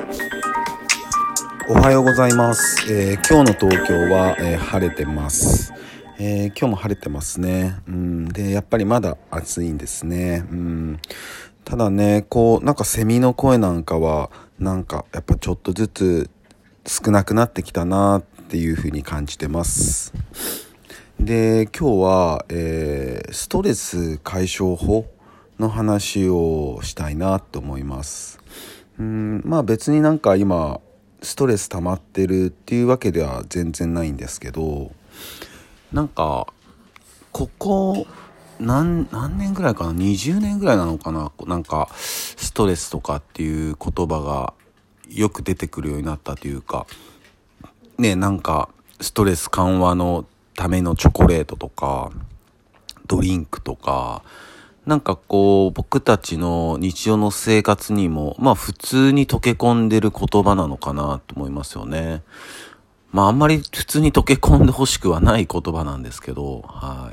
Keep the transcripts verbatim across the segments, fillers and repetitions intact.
おはようございます、えー、今日の東京は、えー、晴れてます、えー、今日も晴れてますね。うんでやっぱりまだ暑いんですね。うんただねこうなんかセミの声なんかはなんかやっぱちょっとずつ少なくなってきたなっていう風に感じてます。で今日は、えー、ストレス解消法の話をしたいなと思います。うんまあ別になんか今ストレス溜まってるっていうわけでは全然ないんですけど、なんかここ何, 何年ぐらいかなにじゅうねんぐらいなのかな、なんかストレスとかっていう言葉がよく出てくるようになったというかね、なんかストレス緩和のためのチョコレートとかドリンクとか、なんかこう僕たちの日常の生活にもまあ普通に溶け込んでる言葉なのかなと思いますよね。まああんまり普通に溶け込んでほしくはない言葉なんですけど、はい。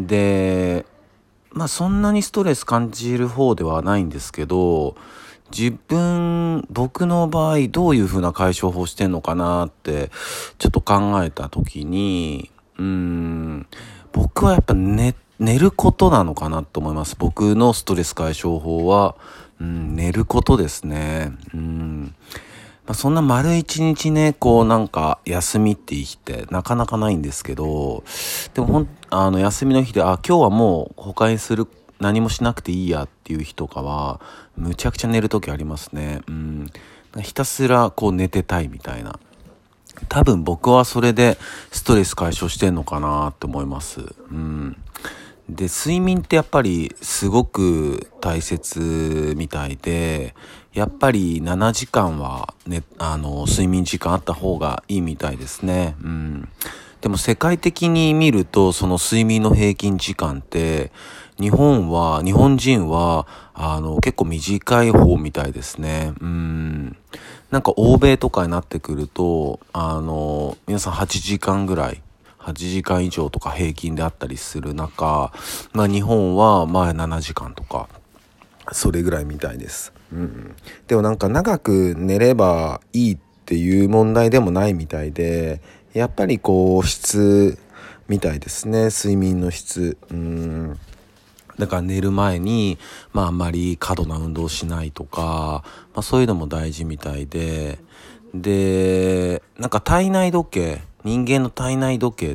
で、まあそんなにストレス感じる方ではないんですけど、自分、僕の場合どういう風な解消法してんのかなってちょっと考えた時に、うーん、僕はやっぱ寝、寝ることなのかなと思います。僕のストレス解消法は、うん、寝ることですね。うんまあ、そんな丸一日ね、こうなんか休みっていい日ってなかなかないんですけど、でもほん、あの休みの日で、あ、今日はもう他にする、何もしなくていいやっていう日とかは、むちゃくちゃ寝るときありますね。うん。ひたすらこう寝てたいみたいな。多分僕はそれでストレス解消してんのかなって思います。うん。で、睡眠ってやっぱりすごく大切みたいで、やっぱりななじかんはね、あの、睡眠時間あった方がいいみたいですね。うん。でも世界的に見ると、その睡眠の平均時間って、日本は、日本人は、あの、結構短い方みたいですね。うん。なんか欧米とかになってくると、あの、皆さんはちじかんぐらい、はちじかん以上とか平均であったりする中、まあ日本はまあななじかんとか、それぐらいみたいです。うん。でもなんか長く寝ればいいっていう問題でもないみたいで、やっぱりこう質みたいですね、睡眠の質。うん。だから寝る前に、まああんまり過度な運動しないとか、まあそういうのも大事みたいで、で、なんか体内時計、人間の体内時計って、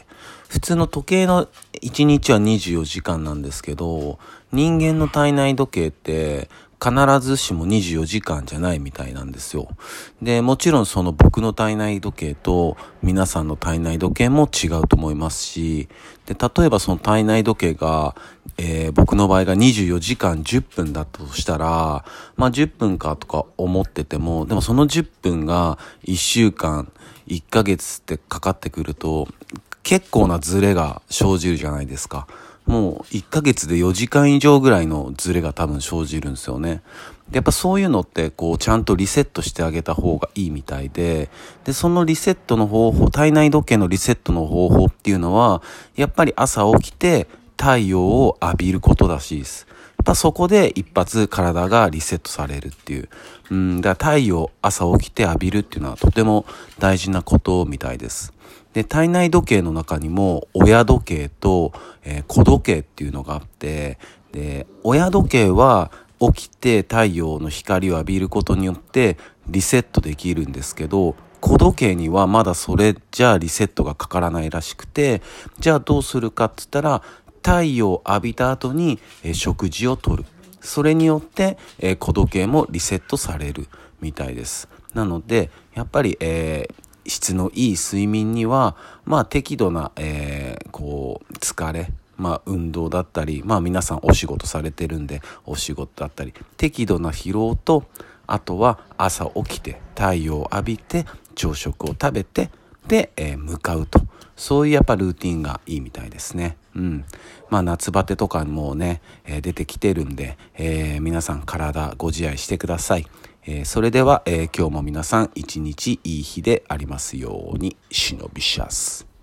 普通の時計のいちにちはにじゅうよじかんなんですけど、人間の体内時計って必ずしもにじゅうよじかんじゃないみたいなんですよ。で、もちろんその僕の体内時計と皆さんの体内時計も違うと思いますし、で、例えばその体内時計が、えー、僕の場合がにじゅうよじかんじゅっぷんだったとしたら、まあじゅっぷんかとか思ってても、でもそのじゅっぷんがいっしゅうかん、いっかげつってかかってくると、結構なズレが生じるじゃないですか。もういっかげつでよじかん以上ぐらいのズレが多分生じるんですよね。でやっぱそういうのってこうちゃんとリセットしてあげた方がいいみたいで、でそのリセットの方法、体内時計のリセットの方法っていうのはやっぱり朝起きて太陽を浴びることらしいです。やっぱそこで一発体がリセットされるっていう。うん、だから太陽朝起きて浴びるっていうのはとても大事なことみたいです。で、体内時計の中にも親時計と、えー、子時計っていうのがあって、で、親時計は起きて太陽の光を浴びることによってリセットできるんですけど、子時計にはまだそれじゃあリセットがかからないらしくて、じゃあどうするかって言ったら、太陽を浴びた後に、えー、食事をとる。それによって、えー、子時計もリセットされるみたいです。なので、やっぱり、えー質のいい睡眠には、まあ適度な、えー、こう、疲れ、まあ運動だったり、まあ皆さんお仕事されてるんで、お仕事だったり、適度な疲労と、あとは朝起きて太陽を浴びて朝食を食べて、で、えー、向かうと。そういうやっぱルーティンがいいみたいですね。うん。まあ夏バテとかもね、えー、出てきてるんで、えー、皆さん体ご自愛してください。えー、それでは、えー、今日も皆さん一日いい日でありますように。シノビシャス。